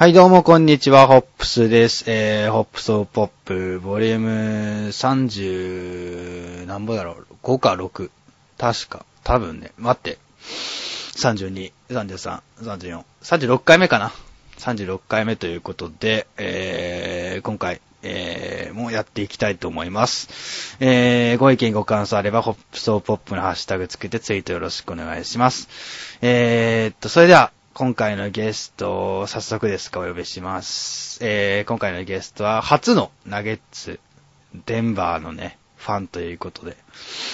はいどうもこんにちは、ホップスです。ホップスオーポップ、ボリューム30、何ぼだろう ?5 か6。確か。多分ね。待って。32、33、34、36回目かな。36回目ということで、今回、もうやっていきたいと思います。ご意見ご感想あれば、ホップスオーポップのハッシュタグつけてツイートよろしくお願いします。それでは、今回のゲストを早速ですがお呼びします。今回のゲストは初のナゲッツデンバーのねファンということで、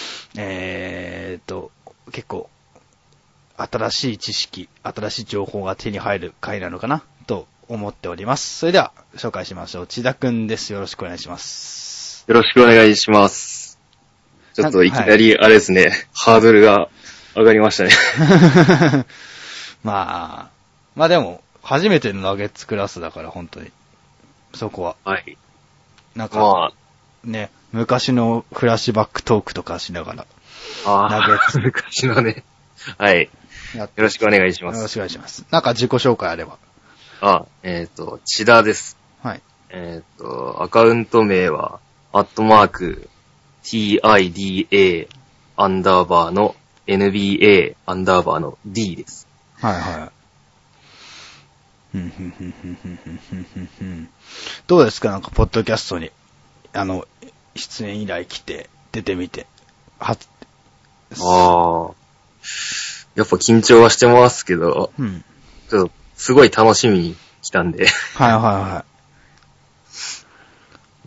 結構新しい知識、新しい情報が手に入る回なのかなと思っております。それでは紹介しましょう。千田くんです。よろしくお願いします。 よろしくお願いします。ちょっといきなりあれですね、はい、ハードルが上がりましたね。 まあでも、初めてのナゲッツクラスだから本当に。そこは。 はい。 なんか、ね、昔のフラッシュバックトークとかしながら。 ナゲッツ。昔のね。はい。よろしくお願いします。 よろしくお願いします。なんか自己紹介あれば。 千田です。 はい。 アカウント名は、@TIDA_ の NBA_ の D です。 はいはい。どうですかなんか、ポッドキャストに、出演以来来て、出てみて。 やっぱ緊張はしてますけど、ちょっと、すごい楽しみに来たんで。 はいはいはい。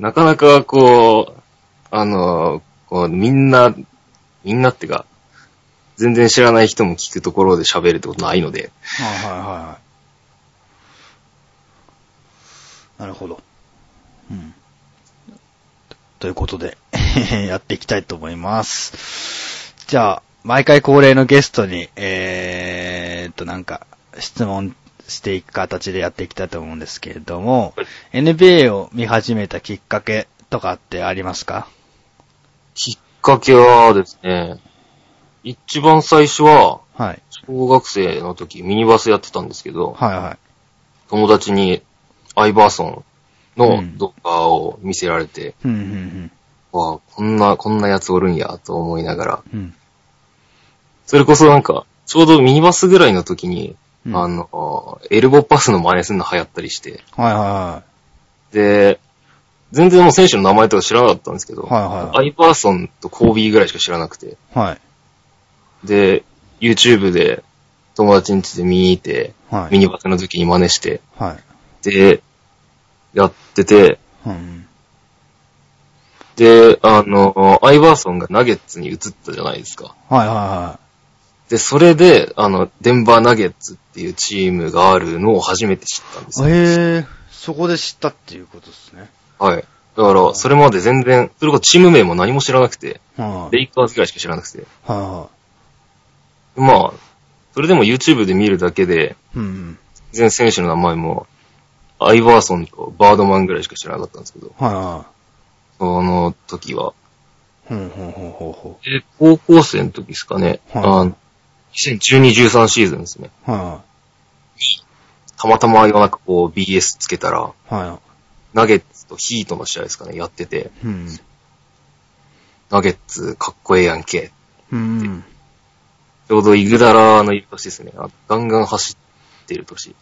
なかなかこう、みんなってか、全然知らない人も聞くところで喋るってことないので。 はいはいはい。なるほど。ということで、やっていきたいと思います。じゃあ、毎回恒例のゲストに、なんか、質問していく形でやっていきたいと思うんですけれども、NBA を見始めたきっかけとかってありますか？ きっかけはですね、一番最初は、 はい。 小学生の時ミニバスやってたんですけど、 はいはい。 友達にアイバーソンの動画を見せられて、わあ、こんなやつおるんやと思いながら、それこそなんか、ちょうどミニバスぐらいの時に、エルボーパスの真似するの流行ったりして、 はいはいはい。 で、全然もう選手の名前とか知らなかったんですけど、アイバーソンとコービーぐらいしか知らなくて、 はい。 で、YouTube で友達ん家で見に行って、ミニバスの時に真似して、で、やってて、で、アイバーソンがナゲッツに移ったじゃないですか。 はいはいはい。 で、それで、デンバーナゲッツっていうチームがあるのを初めて知ったんですよ。 そこで知ったっていうことですね。 はい。だから、それまで全然、それこそチーム名も何も知らなくて、レイカーズぐらいしか知らなくて。まあ、それでも YouTube で見るだけで、全然選手の名前も、アイバーソンとバードマンぐらいしか知らなかったんですけど、その時は。で、高校生の時ですかね、2012、13シーズンですね。たまたま夜中こう BS つけたら、ナゲッツとヒートの試合ですかね、やってて、ナゲッツかっこええやんけ。ちょうどイグダラのいる年ですね。ガンガン走ってる年。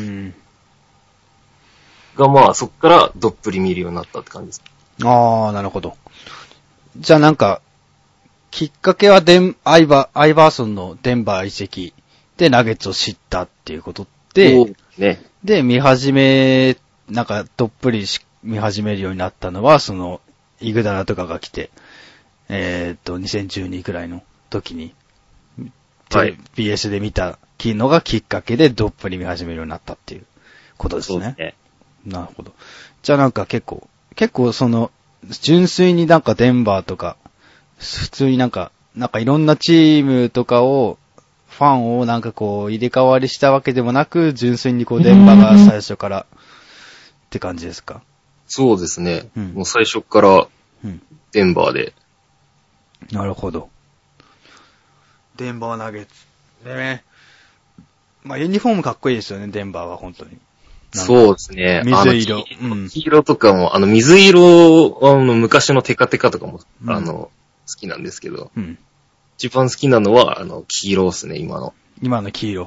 がまあそっからどっぷり見るようになったって感じです。 ああ、なるほど。じゃあなんか、きっかけはアイバーソンのデンバー移籍でナゲッツを知ったっていうことで、で、なんかどっぷり見始めるようになったのは、その、イグダラとかが来て、2012くらいの時に、BS で見たのがきっかけでどっぷり見始めるようになったっていうことですね。そうですね。なるほど。じゃあなんか結構その、純粋になんかデンバーとか、普通になんかいろんなチームとかを、ファンをなんかこう入れ替わりしたわけでもなく、純粋にこうデンバーが最初からって感じですか？ そうですね。もう最初からデンバーで。 なるほど。デンバーナゲッツ。ね。まあユニフォームかっこいいですよね、デンバーは本当に。 そうですね。 水色。 黄色とかも、水色、昔のテカテカとかも、好きなんですけど、一番好きなのは、黄色ですね、今の。 今の黄色。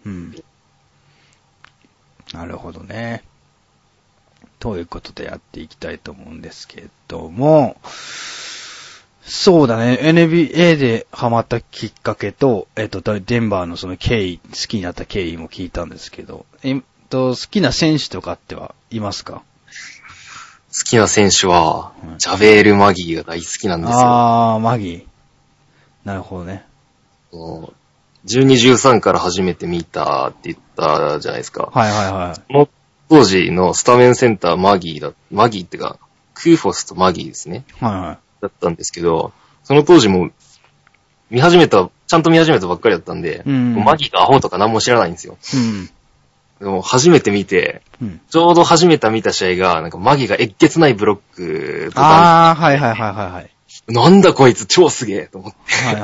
なるほどね。ということでやっていきたいと思うんですけども、そうだね、NBA でハマったきっかけと、デンバーのその経緯、好きになった経緯も聞いたんですけど、好きな選手とかってはいますか？ 好きな選手は、ジャベール・マギーが大好きなんですよ。 マギー。なるほどね。 12、13から初めて見たって言ったじゃないですか。その当時のスタメンセンターマギーってか、クーフォスとマギーですね。だったんですけど、その当時もちゃんと見始めたばっかりだったんで、マギーがアホとか何も知らないんですよ。でも初めて見て、ちょうど初めて見た試合が、なんかマギーがえっげつないブロックとか。なんだこいつ超すげえと思って。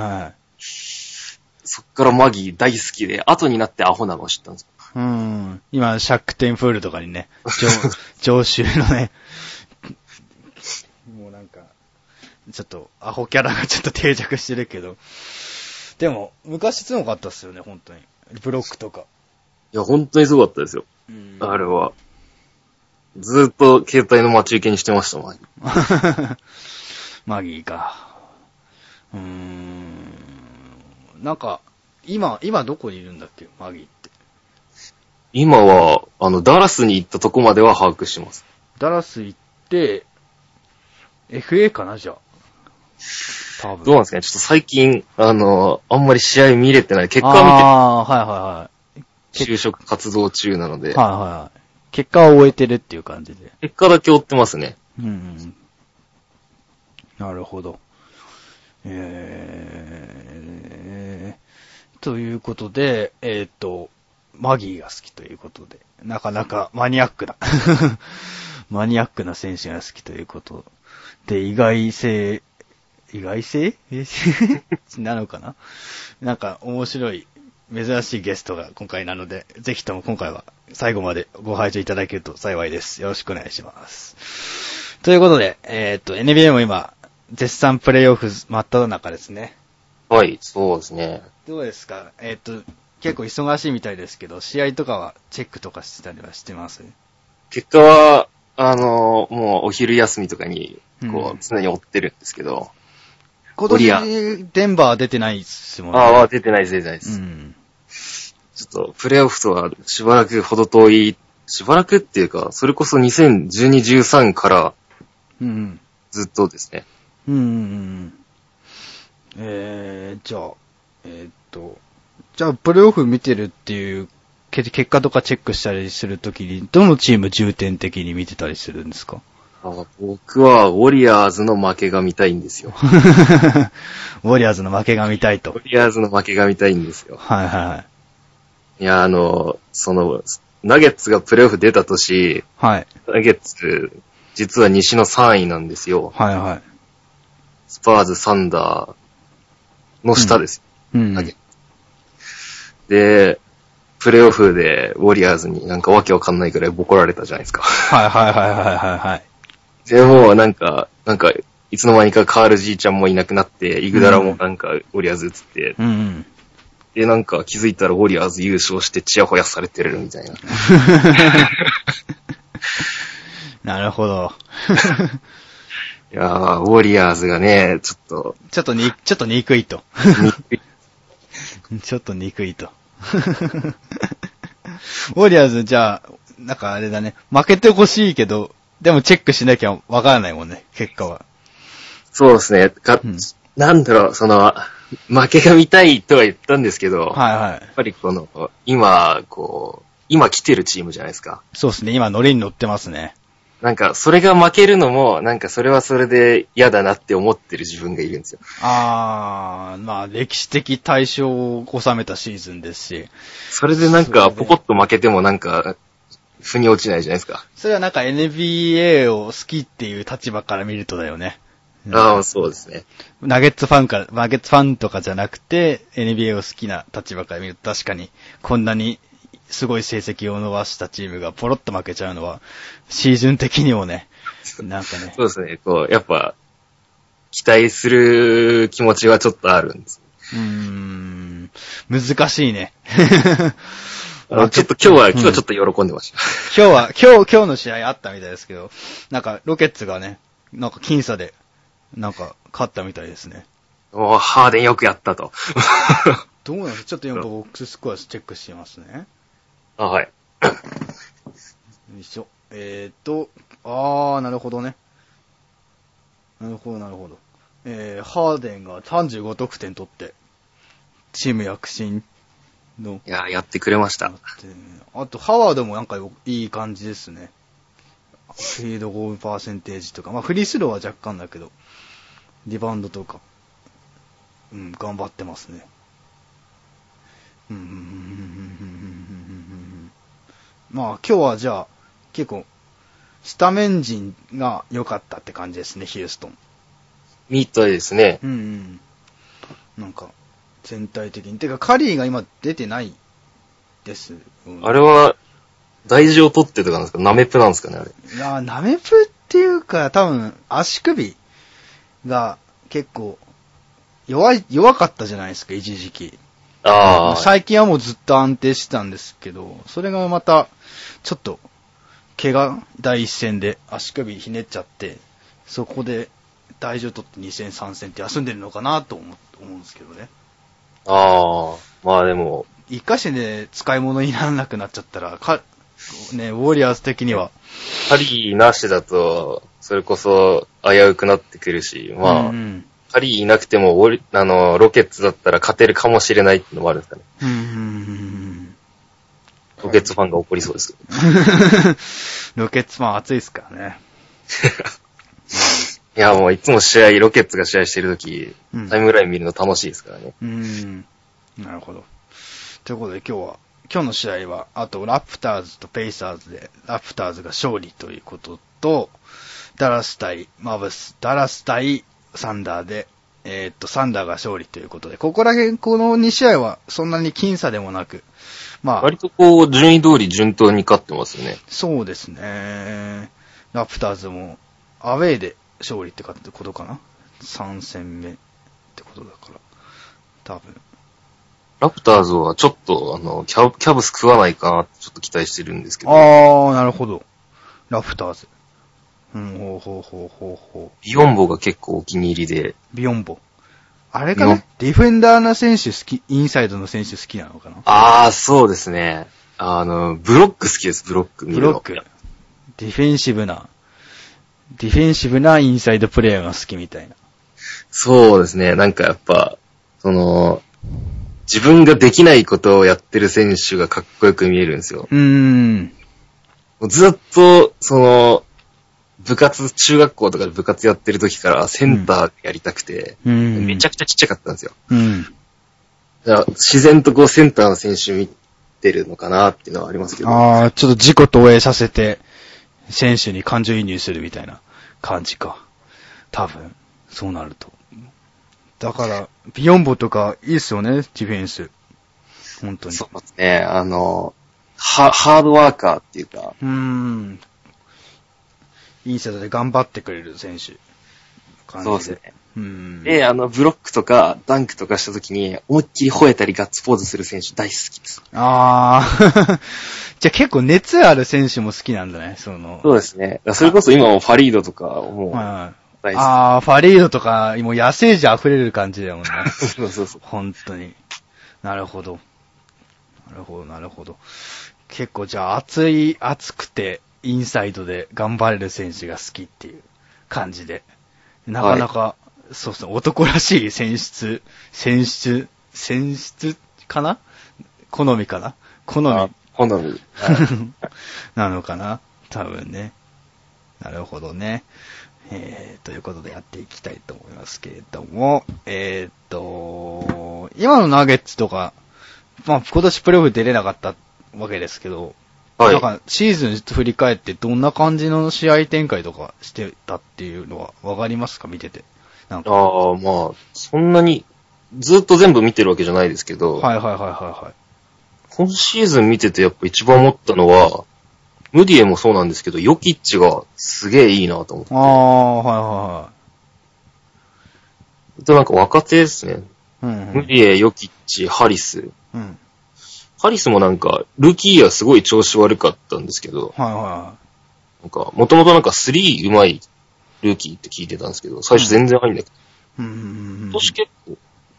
そっからマギー大好きで、後になってアホなのを知ったんですよ。 今、シャックテンフールとかにね、常習のね、もうなんか、ちょっと、アホキャラがちょっと定着してるけど、でも、昔強かったっすよね、本当に。ブロックとか。 いや、本当にすごかったですよ。あれは。ずっと携帯の待ち受けにしてました、マギー。 マギーか。なんか、今どこにいるんだっけ、マギーって。 今は、ダラスに行ったとこまでは把握してます。 ダラス行って、FA かな、じゃあ。多分。 どうなんですかね、ちょっと最近、あんまり試合見れてない。結果は見て、就職活動中なので。 結果を終えてるっていう感じで。 結果だけ追ってますね。 なるほど。ということで、マギーが好きということで、なかなかマニアックな、マニアックな選手が好きということで、意外性なのかな？なんか面白い、珍しいゲストが今回なので、ぜひとも今回は最後までご拝聴いただけると幸いです。よろしくお願いします。ということで、NBA も今、絶賛プレイオフ真っ只中ですね。 はい、そうですね。 どうですか？結構忙しいみたいですけど、試合とかはチェックとかしてたりはしてます？ 結果は、もうお昼休みとかに、常に追ってるんですけど。 今年、デンバーは出てないっすもんね。 出てないです。ちょっと、プレイオフとはしばらくほど遠い、しばらくっていうか、それこそ2012、13から、ずっとですね。 じゃあ、プレイオフ見てるっていう、結果とかチェックしたりするときに、どのチーム重点的に見てたりするんですか？ 僕は、ウォリアーズの負けが見たいんですよ。 ウォリアーズの負けが見たいと。 ウォリアーズの負けが見たいんですよ。いや、ナゲッツがプレイオフ出た年、ナゲッツ、実は西の3位なんですよ。スパーズ、サンダーの下ですよ。で、プレイオフでウォリアーズになんかわけわかんないくらいボコられたじゃないですか。でもなんか、いつの間にかカールじいちゃんもいなくなって、イグダラもなんかウォリアーズ移って、で、なんか気づいたらウォリアーズ優勝してチヤホヤされてるみたいな。 なるほど。 いやー、ウォリアーズがね、ちょっと憎いと。ちょっと憎いと。ウォリアーズ、じゃあ、なんかあれだね。負けてほしいけど、でもチェックしなきゃわからないもんね、結果は。 そうですね。なんだろう、負けが見たいとは言ったんですけど、やっぱり今来てるチームじゃないですか。 そうですね、今ノリに乗ってますね。 なんか、それが負けるのも、なんかそれはそれで嫌だなって思ってる自分がいるんですよ。 まあ、歴史的大勝を収めたシーズンですし。 それでなんか、ポコッと負けてもなんか、腑に落ちないじゃないですか。 それはなんか NBA を好きっていう立場から見るとだよね。 そうですね。 ナゲッツファンとかじゃなくて、NBA を好きな立場から見ると確かに、こんなにすごい成績を伸ばしたチームがポロッと負けちゃうのは、シーズン的にもね、なんかね。 そうですね、やっぱ、期待する気持ちはちょっとあるんです。 難しいね。 ちょっと今日はちょっと喜んでました。 今日の試合あったみたいですけど、なんかロケッツがね、なんか僅差で、なんか勝ったみたいですね。 ハーデンよくやったと。 どうなんですか？ちょっと今ボックススコアチェックしてますね。 はい。 よいしょ。なるほどね。なるほど。ハーデンが35得点取って、チーム躍進の。 いや、やってくれました。 あと、ハワードもなんかいい感じですね。フィードゴールパーセンテージとか、まあフリースローは若干だけど、リバウンドとか、頑張ってますね。まあ今日はじゃあ、結構、スタメン陣が良かったって感じですね、ヒューストン。 みたいですね。 なんか、全体的に。てか、カリーが今出てないです。 あれは、大事を取ってとかなんですか？ナメプなんですかね、あれ。 いや、ナメプっていうか、多分、足首が結構、弱かったじゃないですか、一時期。最近はもうずっと安定してたんですけど、それがまた、ちょっと、怪我第一戦で足首ひねっちゃって、そこで大事を取って2戦3戦って休んでるのかなと思うんですけどね。 まあでも。 一回戦で使い物にならなくなっちゃったら、ね、ウォリアーズ的には。 カリーなしだと、それこそ危うくなってくるし、まあ、カリーいなくてもロケッツだったら勝てるかもしれないってのもあるんですかね。ロケッツファンが怒りそうです。 ロケッツファン熱いですからね。 いや、もういつもロケッツが試合してるとき、タイムライン見るの楽しいですからね。 なるほど。ということで今日の試合は、あとラプターズとペイサーズで、ラプターズが勝利ということと、ダラス対サンダーで、サンダーが勝利ということで、この2試合はそんなに僅差でもなく、まあ。 割と順位通り順当に勝ってますよね。 そうですね。ラプターズも、アウェーで勝利ってことかな ?3 戦目ってことだから、多分。 ラプターズはちょっと、キャブス食わないかなってちょっと期待してるんですけど。 なるほど。ラプターズ。 ビヨンボが結構お気に入りで。 ビヨンボ。あれかな？ディフェンダーの選手インサイドの選手好きなのかな？ そうですね。ブロック好きです、ブロック。 ブロック。ディフェンシブなインサイドプレイヤーが好きみたいな。 そうですね。なんかやっぱ、自分ができないことをやってる選手がかっこよく見えるんですよ。ずっと、中学校とかで部活やってる時からセンターやりたくて、めちゃくちゃちっちゃかったんですよ。だから自然とセンターの選手見てるのかなっていうのはありますけど。 ちょっと自己投影させて、選手に感情移入するみたいな感じか。多分、そうなると。だから、ビヨンボとかいいっすよね、ディフェンス。本当に。 そうですね。ハードワーカーっていうか。 インサイドで頑張ってくれる選手。 そうですね。で、ブロックとかダンクとかした時に思いっきり吠えたりガッツポーズする選手大好きです。 じゃあ結構熱ある選手も好きなんだね、 そうですね。それこそ今もファリードとかもう大好き。 ファリードとか、もう野生児溢れる感じだもんね。 そう。 本当に。なるほど。結構じゃあ熱くて、インサイドで頑張れる選手が好きっていう感じで。なかなか、そうですね、男らしい選出かな？好みかな？好み。なのかな？多分ね。なるほどね。ということでやっていきたいと思いますけれども、今のナゲッツとか、まあ今年プレイオフ出れなかったわけですけど、なんかシーズン振り返ってどんな感じの試合展開とかしてたっていうのはわかりますか？見てて。 まあ、そんなにずっと全部見てるわけじゃないですけど。 今シーズン見ててやっぱ一番思ったのは、ムディエもそうなんですけど、ヨキッチがすげえいいなと思って。なんか若手ですね。ムディエ、ヨキッチ、ハリス。ハリスもなんか、ルーキーイヤーすごい調子悪かったんですけど、なんか、もともとなんか3上手いルーキーって聞いてたんですけど、最初全然入んなくて。今年結構、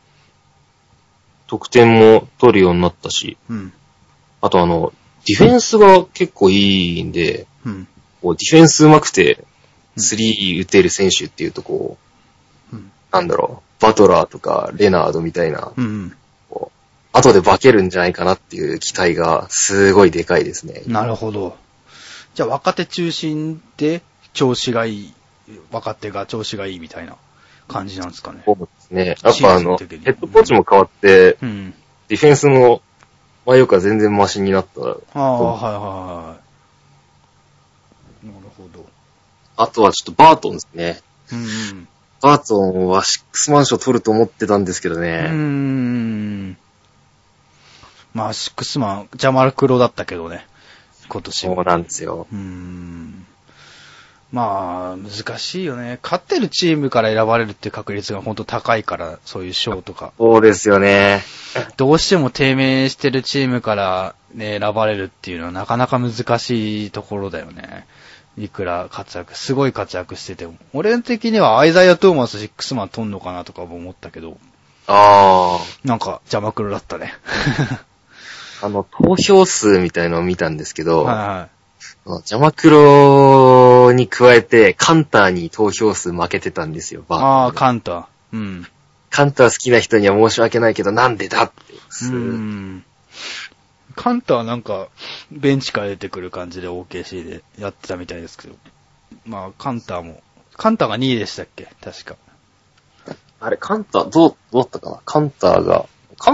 得点も取るようになったし、あとディフェンスが結構いいんで、こうディフェンス上手くて、3打てる選手っていうとこう、なんだろう、バトラーとかレナードみたいな、こう後で化けるんじゃないかなっていう期待がすごいでかいですね。 なるほど。じゃあ若手中心で調子がいい、若手が調子がいいみたいな感じなんですかね。 そうですね。やっぱヘッドコーチも変わって、ディフェンスの前よりか全然マシになった。なるほど。あとはちょっとバートンですね。バートンはシックスマン賞取ると思ってたんですけどね。 まあ、シックスマン、ジャマルクロだったけどね。今年は。そうなんですよ。 まあ、難しいよね。勝ってるチームから選ばれるっていう確率が本当高いから、そういう賞とか。 そうですよね。 どうしても低迷してるチームからね、選ばれるっていうのはなかなか難しいところだよね。いくらすごい活躍してても。俺的にはアイザイア・トーマス・シックスマン取んのかなとかも思ったけど。なんか邪魔くろだったね。 投票数みたいのを見たんですけど、ジャマクロに加えて、カンターに投票数負けてたんですよ、 カンター。 カンター好きな人には申し訳ないけど、なんでだって。 カンターなんか、ベンチから出てくる感じで OKC でやってたみたいですけど。まあ、カンターが2位でしたっけ確か。 あれ、カンター、どうだったかなカンターが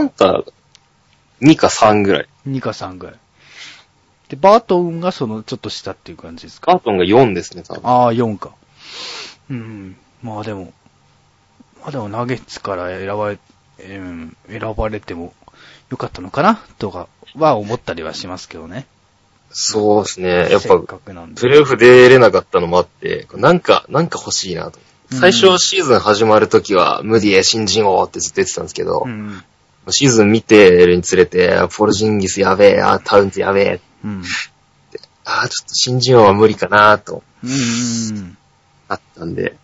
2か3ぐらい。 2か3ぐらい。で、バートンがそのちょっと下っていう感じですか？ バートンが4ですね、多分。 4か。まあでもナゲッツから選ばれてもよかったのかなとかは思ったりはしますけどね。 そうですね。やっぱ、プレーオフ出れなかったのもあって、なんか欲しいなと。最初シーズン始まるときは、ムディエ新人王ってずっと言ってたんですけど、シーズン見てるにつれて、ポルジンギスやべえ、タウンズやべえ、ちょっと新人王は無理かなと、あったんで。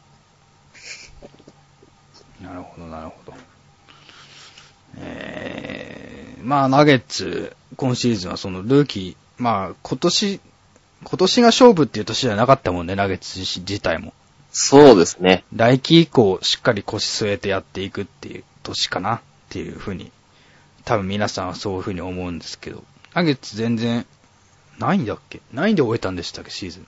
なるほど。まあ、ナゲッツ、今シーズンはそのルーキー、まあ、今年が勝負っていう年じゃなかったもんね、ナゲッツ自体も。 そうですね。 来季以降、しっかり腰据えてやっていくっていう年かなっていうふうに、多分皆さんはそういうふうに思うんですけど、ナゲッツ全然、何位だっけ？何位で終えたんでしたっけ、シーズン。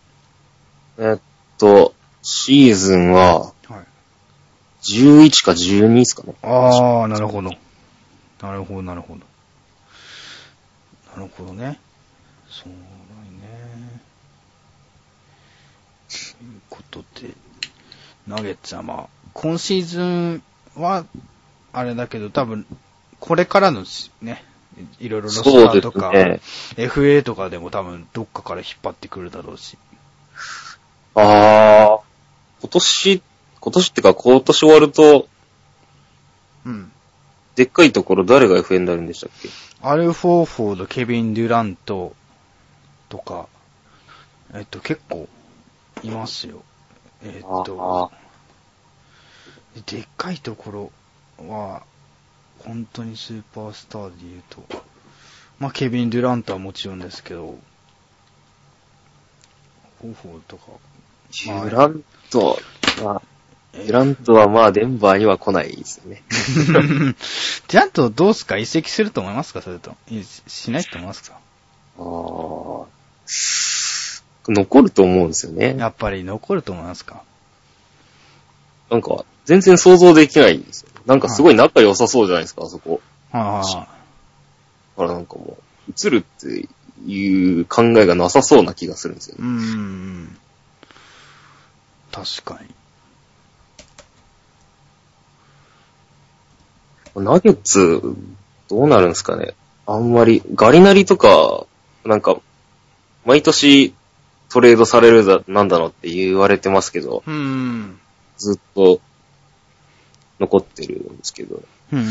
シーズンは、11か12ですかね。 なるほど。なるほどね。そうだね。ということで、ナゲッツはまあ、今シーズンは、あれだけど、多分、これからのね、いろいろロスターとか、FA とかでも多分、どっかから引っ張ってくるだろうし。 今年ってか、今年終わると、でっかいところ誰が FA になるんでしたっけ？ アルフォーフォード、ケビン・デュラントとか、結構いますよ。でっかいところは、本当にスーパースターで言うと、まあ、ケビン・デュラントはもちろんですけど、フォーフォードとか。 デュラントはまあデンバーには来ないですよね。 デュラントどうすか？移籍すると思いますか？それと。しないと思いますか？ 残ると思うんですよね。 やっぱり残ると思いますか？ なんか、全然想像できないんですよ。なんかすごい仲良さそうじゃないですか、あそこ。だからなんかもう、移るっていう考えがなさそうな気がするんですよね。 確かに。 ナゲッツ、どうなるんですかね。 あんまり、ガリナリとか、なんか、毎年トレードされるなんだのって言われてますけど、ずっと残ってるんですけど、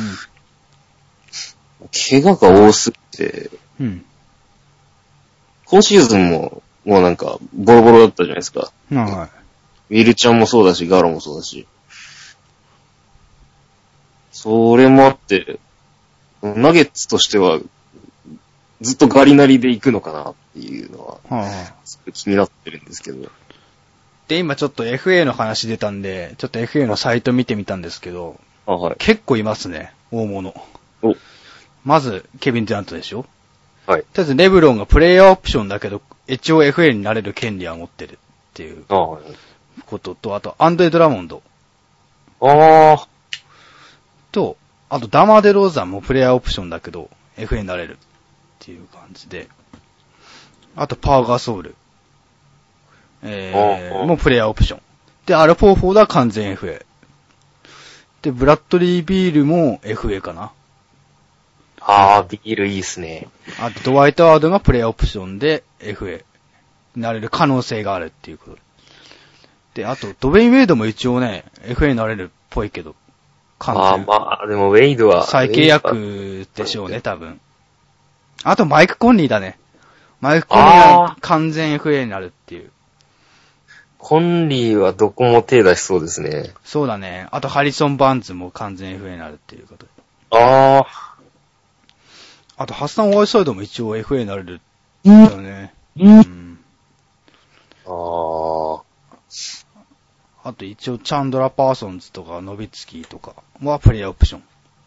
怪我が多すぎて、今シーズンもうなんかボロボロだったじゃないですか。 はい。 ウィルちゃんもそうだし、ガロもそうだし。それもあって、ナゲッツとしては、ずっとガリナリで行くのかなっていうのは、気になってるんですけど。 で、今ちょっと FA の話出たんで、ちょっと FA のサイト見てみたんですけど、 はい、 結構いますね、大物。まず、ケビン・デュラントでしょ？ はい。 とりあえず、レブロンがプレイヤーオプションだけど、一応 FA になれる権利は持ってるっていうことと、あと、アンドレ・ドラモンド。と、あと、ダマー・デ・ローザンもプレイヤーオプションだけど、FA になれるっていう感じで。あと、パーガーソウル。もうプレイヤーオプション。で、アルフォーフォードは完全 FA。で、ブラッドリー・ビールも FA かな。 ビールいいっすね。 あと、ドワイト・ワードがプレイヤーオプションで FA になれる可能性があるっていうことで。で、あと、ドウェイン・ウェイドも一応ね、FA になれるっぽいけど。 完全。でもウェイドは。 再契約でしょうね、多分。あと、マイク・コンリーだね。マイク・コンリーは完全 FA になるっていう。 コンリーはどこも手出しそうですね。 そうだね。あと、ハリソン・バーンズも完全 FA になるっていうことで。あと、ハッサン・ワイサイドも一応 FA になれるだよね。あと一応、チャンドラ・パーソンズとか、ノビツキーとかはプレイヤーオプション。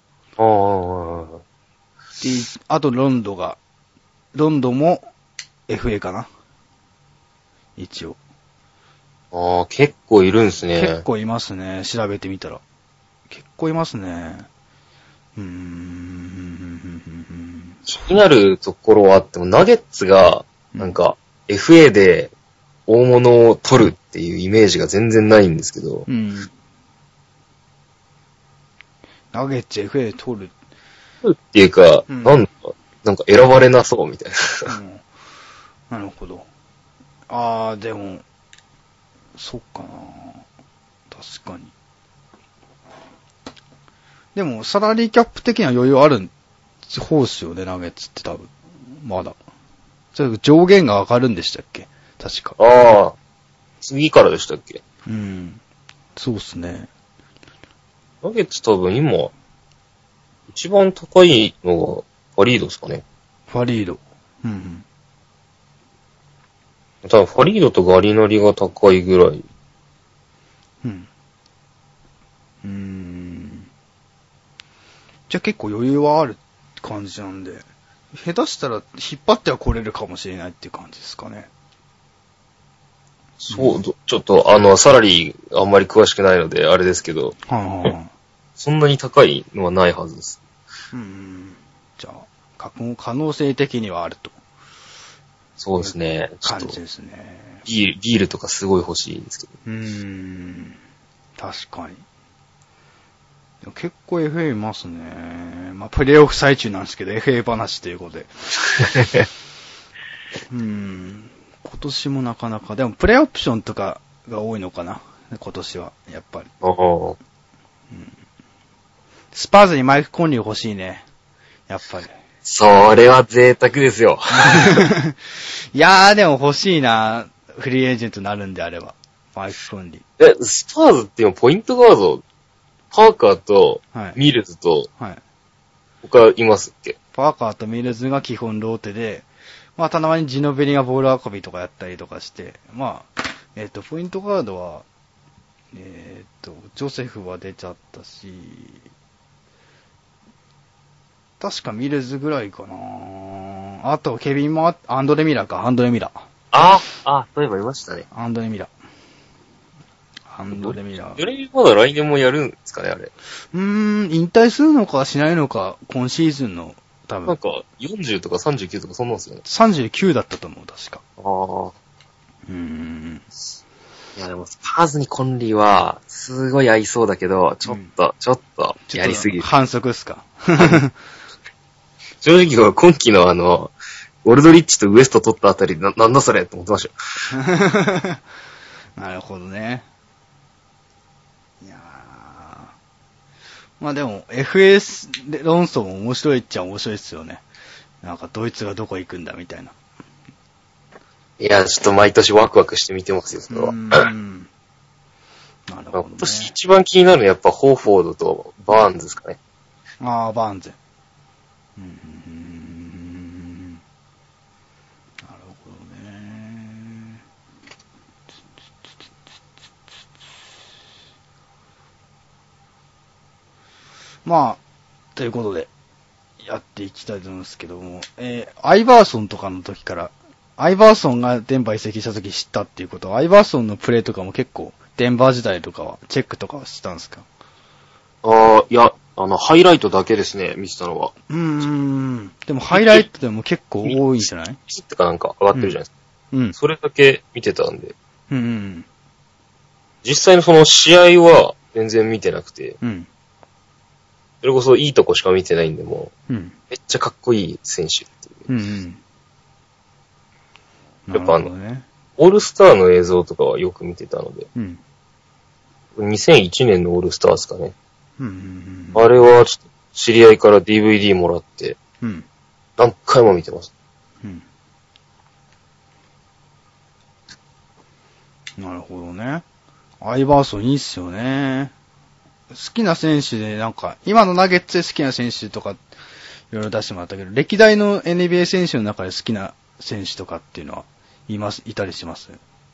で、あと、ロンドも FA かな。一応。 結構いるんすね。 結構いますね。調べてみたら。結構いますね。気になるところはあっても、ナゲッツが、なんか、FA で大物を取るっていうイメージが全然ないんですけど。 ナゲッツ FA で取るっていうか、なんか選ばれなそうみたいな。なるほど。でも、そっかな。確かに。でも、サラリーキャップ的には余裕ある方っすよね、ナゲッツって多分。まだ。上限が上がるんでしたっけ？確か。 次からでしたっけ？ そうっすね。 ナゲッツ多分今、一番高いのがファリードですかね。 ファリード。 多分ファリードとガリナリが高いぐらい。 じゃあ結構余裕はある感じなんで、下手したら引っ張っては来れるかもしれないっていう感じですかね。 そう、ちょっとサラリーあんまり詳しくないのであれですけど、そんなに高いのはないはずです。 じゃあ、可能性的にはあると。 そうですね。 感じですね。 ビールとかすごい欲しいんですけど。 確かに。結構 FA いますね。プレイオフ最中なんですけど、FA 話ということで。今年もなかなか、でもプレイオプションとかが多いのかな。今年は、やっぱり。スパーズにマイク・コンリー欲しいね。やっぱり。 それは贅沢ですよ。 いやー、でも欲しいな。フリーエージェントになるんであれば。マイク・コンリー。 スパーズって今ポイントガード、パーカーと、ミルズと、他いますっけ？ パーカーとミルズが基本ローテで、たまにジノベリがボール運びとかやったりとかして、ポイントガードは、ジョセフは出ちゃったし、確かミルズぐらいかな。あと、ケビンもアンドレミラー。 そういえばいましたね。 アンドレミラー。どれまだ来年もやるんですかね、あれ。 引退するのかしないのか、今シーズンの、多分。 なんか、40とか39とかそんなんですよね。 39だったと思う、確か。 いや、でも、スパーズにコンリーは、すごい合いそうだけど、ちょっと、やりすぎる。 反則っすか。 正直今期のオルドリッチとウエスト取ったあたり、なんだそれって思ってましたよ。 なるほどね。いやまあでも、FS 論争も面白いっちゃ面白いですよね。なんかドイツがどこ行くんだみたいな。 いや、ちょっと毎年ワクワクして見てますよ、それは。 なるほどね。 今年一番気になるのはやっぱホーフォードとバーンズですかね。 ああ、バーンズ。なるほどね。まあ、ということで、やっていきたいと思うんですけども、アイバーソンとかの時から、アイバーソンがデンバー移籍した時知ったっていうことは、アイバーソンのプレーとかも結構、デンバー時代とかは、チェックとかはしたんですか？ いや、ハイライトだけですね、見てたのは。 でもハイライトでも結構多いんじゃない？ ピッとかなんか上がってるじゃないですか。 うん。 それだけ見てたんで。 うん。 実際のその試合は全然見てなくて。 うん。 それこそいいとこしか見てないんで、もう、 めっちゃかっこいい選手っていう。やっぱオールスターの映像とかはよく見てたので。2001年のオールスターですかね。あれはちょっと知り合いから DVD もらって、何回も見てます。 なるほどね。アイバーソンいいっすよね。好きな選手でなんか、今のナゲッツで好きな選手とか、いろいろ出してもらったけど、歴代の NBA 選手の中で好きな選手とかっていうのはいたりします？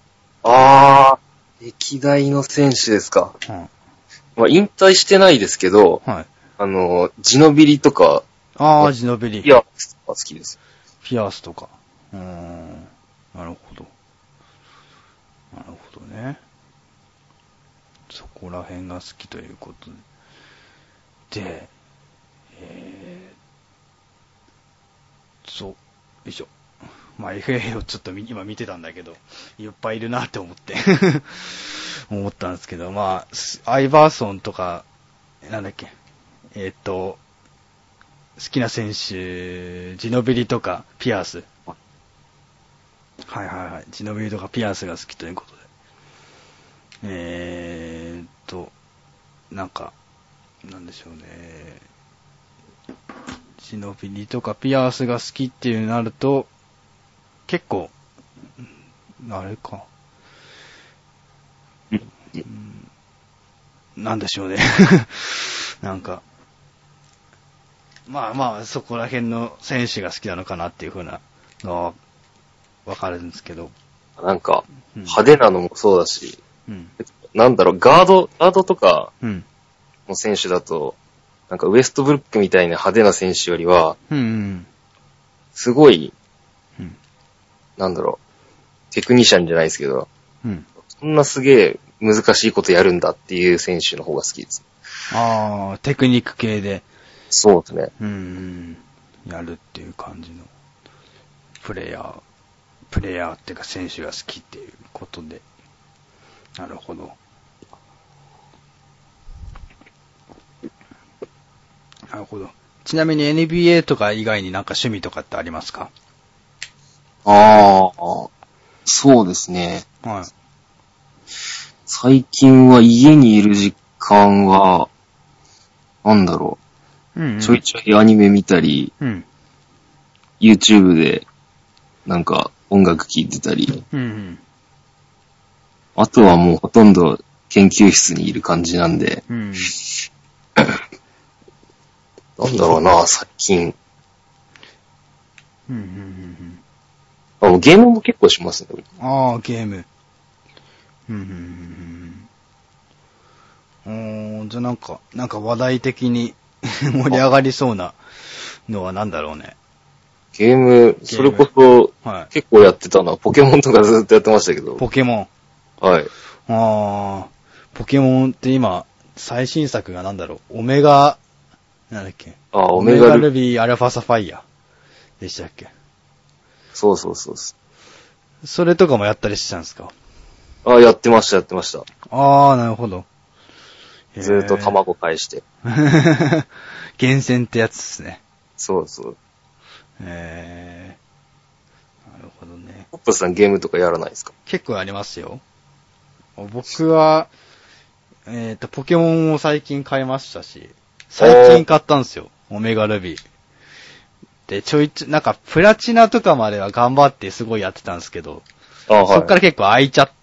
歴代の選手ですか。まあ、引退してないですけど、ジノビリとか。 ジノビリ。 ピアスとか好きです。 ピアスとか。なるほど。なるほどね。そこら辺が好きということで。よいしょ。まあ、FA をちょっと今見てたんだけど、いっぱいいるなって思って思ったんですけど、まあ、アイバーソンとか、なんだっけ、好きな選手、ジノビリとか、ピアース。ジノビリとかピアースが好きということで。なんか、なんでしょうね。ジノビリとかピアースが好きっていうなると、結構、あれか。なんでしょうね。なんか、まあ、そこら辺の選手が好きなのかなっていう風なのはわかるんですけど。 なんか、派手なのもそうだし、なんだろう、ガードとかの選手だと、なんかウエストブルックみたいな派手な選手よりは、すごい、なんだろう、テクニシャンじゃないですけど、そんなすげえ難しいことやるんだっていう選手の方が好きです。 テクニック系で。 そうですね。 やるっていう感じのプレイヤーっていうか選手が好きっていうことで。なるほど。なるほど。ちなみに NBA とか以外になんか趣味とかってありますか？ そうですね。 はい。 最近は家にいる時間は、なんだろう。ちょいちょいアニメ見たり、YouTube でなんか音楽聴いてたり、あとはもうほとんど研究室にいる感じなんで、なんだろうな、最近。ゲームも結構しますね。 ゲーム。じゃあなんか話題的に盛り上がりそうなのはなんだろうね。 ゲーム、それこそ、結構やってたのは、ポケモンとかずっとやってましたけど。 ポケモン。はい。 ポケモンって今、最新作がなんだろう、オメガ、なんだっけ。 オメガルビーアルファサファイアでしたっけ。 そう。 それとかもやったりしてたんですか？ やってました。 なるほど。 ずっと卵返して。 厳選ってやつですね。 そう。 なるほどね。 ポップさんゲームとかやらないですか？ 結構ありますよ。僕は、ポケモンを最近買いましたし、最近買ったんですよ。オメガルビー。で、なんか、プラチナとかまでは頑張ってすごいやってたんですけど、はい、そっから結構空いちゃって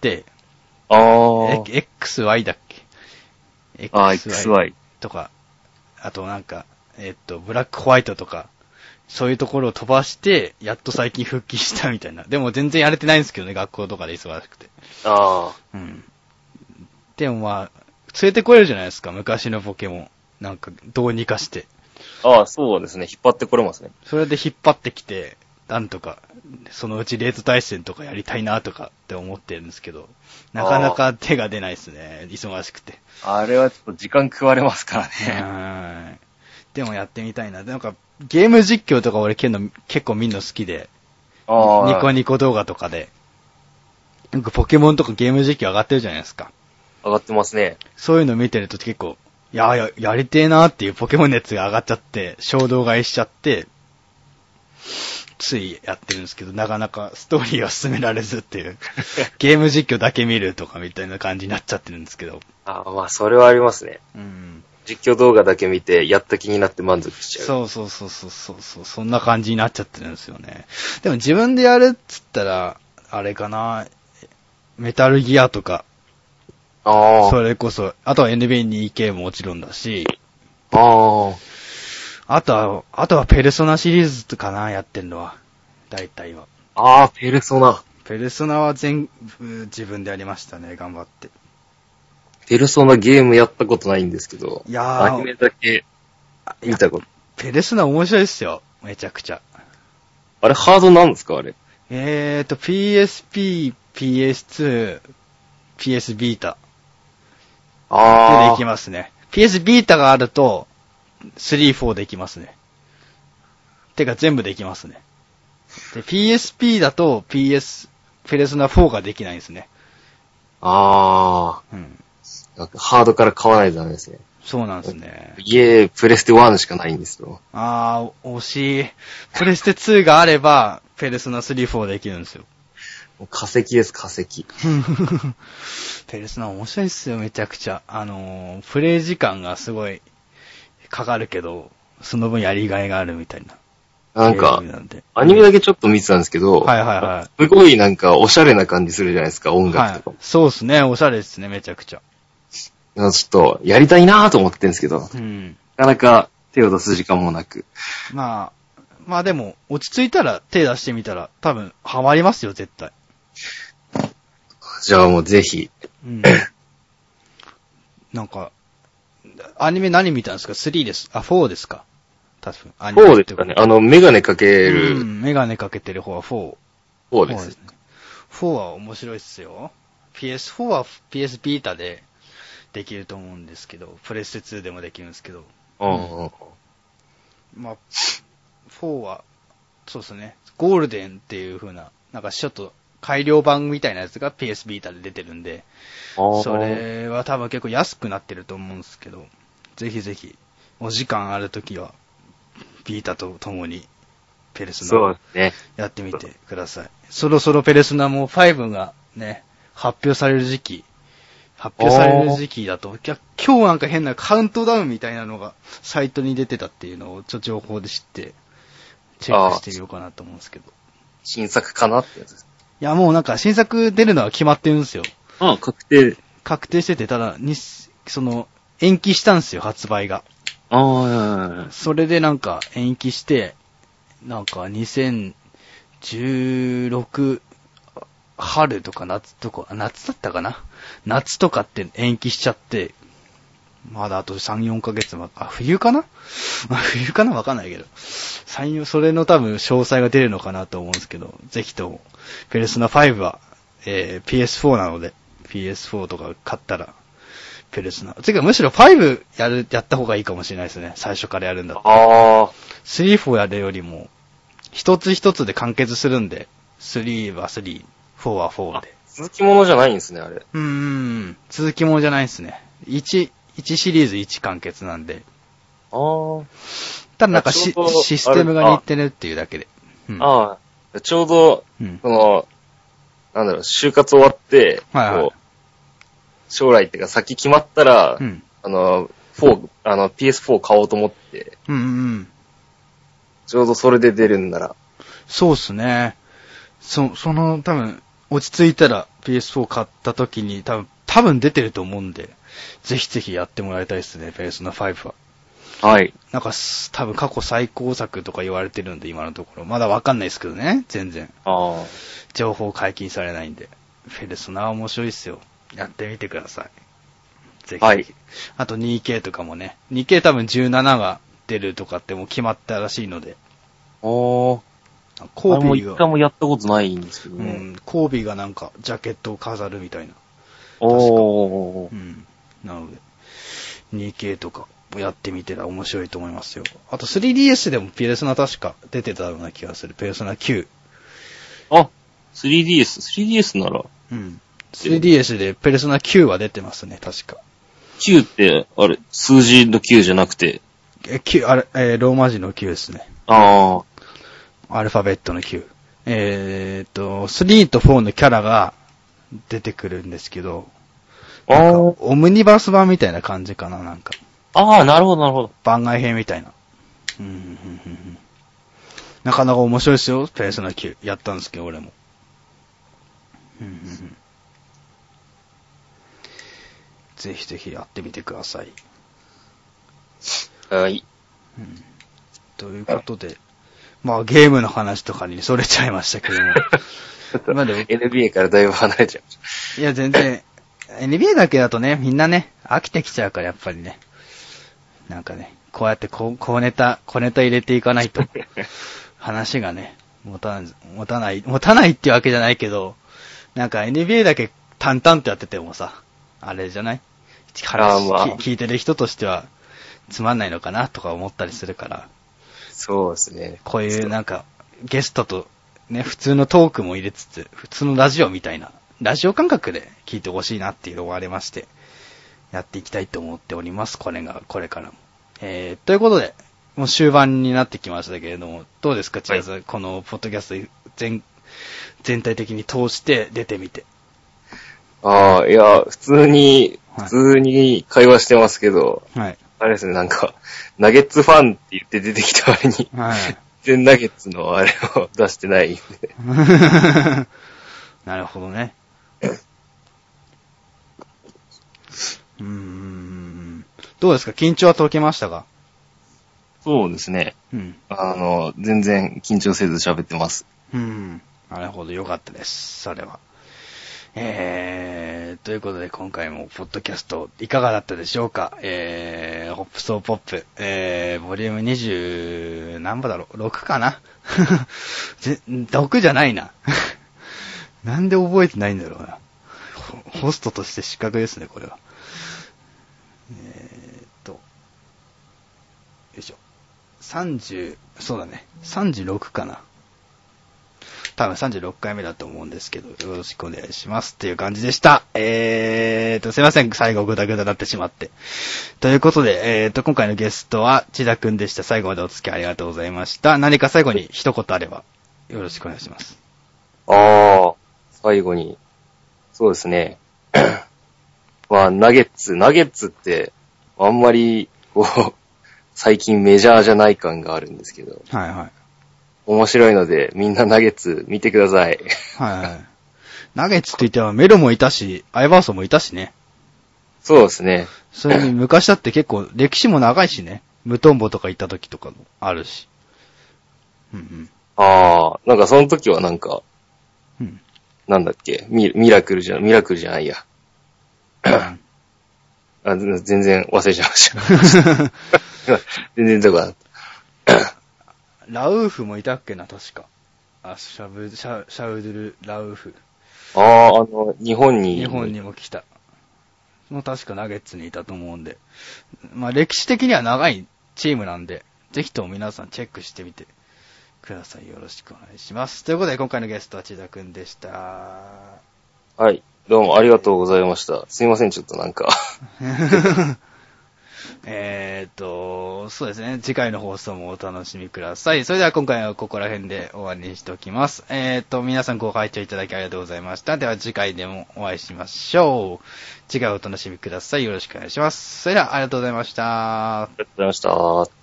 、XY だっけ？ XY とか、あとなんか、ブラックホワイトとか、そういうところを飛ばして、やっと最近復帰したみたいな。でも全然やれてないんですけどね、学校とかで忙しくて。うん。でもまあ、連れてこれるじゃないですか、昔のポケモン。なんか、どうにかして。 そうですね。引っ張ってこれますね。 それで引っ張ってきて、なんとか、そのうちレート対戦とかやりたいなとかって思ってるんですけど、なかなか手が出ないですね。忙しくて。 あれはちょっと時間食われますからね。 でもやってみたいな。なんか、ゲーム実況とか俺結構見るの好きで、ニコニコ動画とかで、なんかポケモンとかゲーム実況上がってるじゃないですか。 上がってますね。 そういうの見てると結構、やりてえなーっていうポケモン熱が上がっちゃって、衝動買いしちゃって、ついやってるんですけど、なかなかストーリーは進められずっていう、ゲーム実況だけ見るとかみたいな感じになっちゃってるんですけど。 まあそれはありますね。うん。実況動画だけ見て、やった気になって満足しちゃう。 そう、そんな感じになっちゃってるんですよね。でも自分でやるっつったら、あれかな、メタルギアとか、それこそ、あとは NBA2K ももちろんだし、あとはペルソナシリーズかな、やってんのは。大体は。 ペルソナ。 ペルソナは全部自分でやりましたね、頑張って。 ペルソナゲームやったことないんですけど、アニメだけ見たこと。 ペルソナ面白いっすよ、めちゃくちゃ。 あれ、ハードなんですか、あれ。 PSP、PS2、PS ビータ。でできますね。PS ビータがあると、3、4できますね。てか全部できますね。で、PSP だとペルソナ4ができないんですね。 うん。ハードから買わないとダメですね。 そうなんですね。 プレステ1しかないんですよ。 惜しい。プレステ2があれば、ペルソナ3、4できるんですよ。 化石です、化石。 ペルソナ面白いっすよ、めちゃくちゃ。プレイ時間がすごいかかるけど、その分やりがいがあるみたいな。 なんか、アニメだけちょっと見てたんですけど、すごいなんかおしゃれな感じするじゃないですか、音楽とかも。 そうですね、おしゃれですね、めちゃくちゃ。 ちょっと、やりたいなぁと思ってるんですけど、なかなか手を出す時間もなく。 まあでも、落ち着いたら手出してみたら、多分、ハマりますよ、絶対。 じゃあもうぜひ。 なんか、アニメ何見たんですか ?3 です。4ですか多分。 4ですかね。メガネかける。 メガネかけてる方は4。 4ですね。 4は面白いっすよ。PS4 は PS ビータでできると思うんですけど、プレステ2でもできるんですけど。まあ、4は、そうですね。ゴールデンっていう風な、なんかちょっと改良版みたいなやつが PS ビータで出てるんで、それは多分結構安くなってると思うんですけど、ぜひぜひ、お時間あるときは、ビータと共に、ペルソナをやってみてください。そろそろペルソナも5がね、発表される時期だと、今日なんか変なカウントダウンみたいなのがサイトに出てたっていうのを情報で知って、チェックしてみようかなと思うんですけど。 新作かなってやつです。 いや、もうなんか新作出るのは決まってるんですよ。 確定してて、ただ、延期したんですよ、発売が。それでなんか延期して、なんか2016春とか夏だったかな夏とかって延期しちゃって、まだあと3、4ヶ月冬かな冬かなわかんないけど。それの多分詳細が出るのかなと思うんですけど、ぜひとも、ペルソナ5は、PS4 なので、PS4 とか買ったら、ペルソナ。てかむしろ5やった方がいいかもしれないですね。最初からやるんだったら。3、4やるよりも、一つ一つで完結するんで、3は3、4は4で。 続きものじゃないんですね、あれ。 続きものじゃないですね。1シリーズ1完結なんで。多ただなんかシステムが似てるっていうだけで。 ああ、ちょうど、就活終わって、将来っていうか先決まったら、PS4 買おうと思って、ちょうどそれで出るんなら。 そうっすね。多分、落ち着いたら PS4 買った時に多分出てると思うんで、ぜひぜひやってもらいたいですね、ペルソナ5は。 はい。 なんか、多分過去最高作とか言われてるんで、今のところ。まだわかんないですけどね、全然。情報解禁されないんで。ペルソナは面白いっすよ。やってみてください。ぜひ。はい。あと 2K とかもね。2K 多分17が出るとかってもう決まったらしいので。 コービーが。一回もやったことないんですけどね。 コービーがなんかジャケットを飾るみたいな。なので、2K とかやってみてら面白いと思いますよ。あと 3DS でもペルソナ確か出てたような気がする。ペルソナ9。 3DS なら。 3DS でペルソナ9は出てますね、確か。 9って、数字の9じゃなくて。 9、ローマ字の9ですね。アルファベットの9。3と4のキャラが出てくるんですけど、オムニバス版みたいな感じかな、なんか。 なるほど、なるほど。 番外編みたいな。なかなか面白いですよ、ペルソナ9。やったんですけど、俺も。ぜひぜひやってみてください。 はい。 ということで、ゲームの話とかにそれちゃいましたけども。 NBA からだいぶ離れちゃう。 いや、全然、NBA だけだとね、みんなね、飽きてきちゃうから、やっぱりね。なんかね、こうやって小ネタ入れていかないと、話がね、持たないっていうわけじゃないけど、なんか NBA だけ淡々とやっててもさ、あれじゃない？聞いてる人としては、つまんないのかなとか思ったりするから。 そうですね。 こういうなんか、ゲストとね、普通のトークも入れつつ、普通のラジオみたいな、ラジオ感覚で聞いてほしいなっていうのがありまして、やっていきたいと思っております。これからも。ということで、もう終盤になってきましたけれども、どうですか、千葉さん、このポッドキャスト全体的に通して出てみて。 いや、普通に会話してますけど、あれですね、なんか、ナゲッツファンって言って出てきた割に、全然ナゲッツのあれを出してないんで。 なるほどね。どうですか？緊張は解けましたか？ そうですね。全然緊張せず喋ってます。 なるほど、よかったです。それは。ということで今回もポッドキャストいかがだったでしょうか？ホップソーポップ、ボリューム20何番だろう？ 6 かな6じゃないな。なんで覚えてないんだろうな。ホストとして失格ですね、これは。よいしょ。そうだね。36かな。多分36回目だと思うんですけど、よろしくお願いしますっていう感じでした。すいません、最後グダグダになってしまって。ということで、今回のゲストは千田くんでした。最後までお付き合いありがとうございました。何か最後に一言あれば、よろしくお願いします。 最後に、そうですね。ナゲッツって、あんまり、最近メジャーじゃない感があるんですけど。面白いので、みんなナゲッツ見てください。 ナゲッツって言ってはメロもいたし、アイバーソンもいたしね。 そうですね。 それに昔だって結構歴史も長いしね。ムトンボとか行った時とかもあるし。 なんかその時はなんか、なんだっけ、ミラクルじゃないや。全然忘れちゃいました。全然どこだった。 ラウーフもいたっけな、確か。シャウドゥル・ラウーフ。 日本にも来た。確かナゲッツにいたと思うんで。歴史的には長いチームなんで、ぜひとも皆さんチェックしてみてください。よろしくお願いします。ということで、今回のゲストは千田くんでした。 はい。どうもありがとうございました。すいません、ちょっとなんか。 そうですね。次回の放送もお楽しみください。それでは今回はここら辺で終わりにしておきます。皆さんご拝聴いただきありがとうございました。では次回でもお会いしましょう。次回お楽しみください。よろしくお願いします。それではありがとうございました。 ありがとうございました。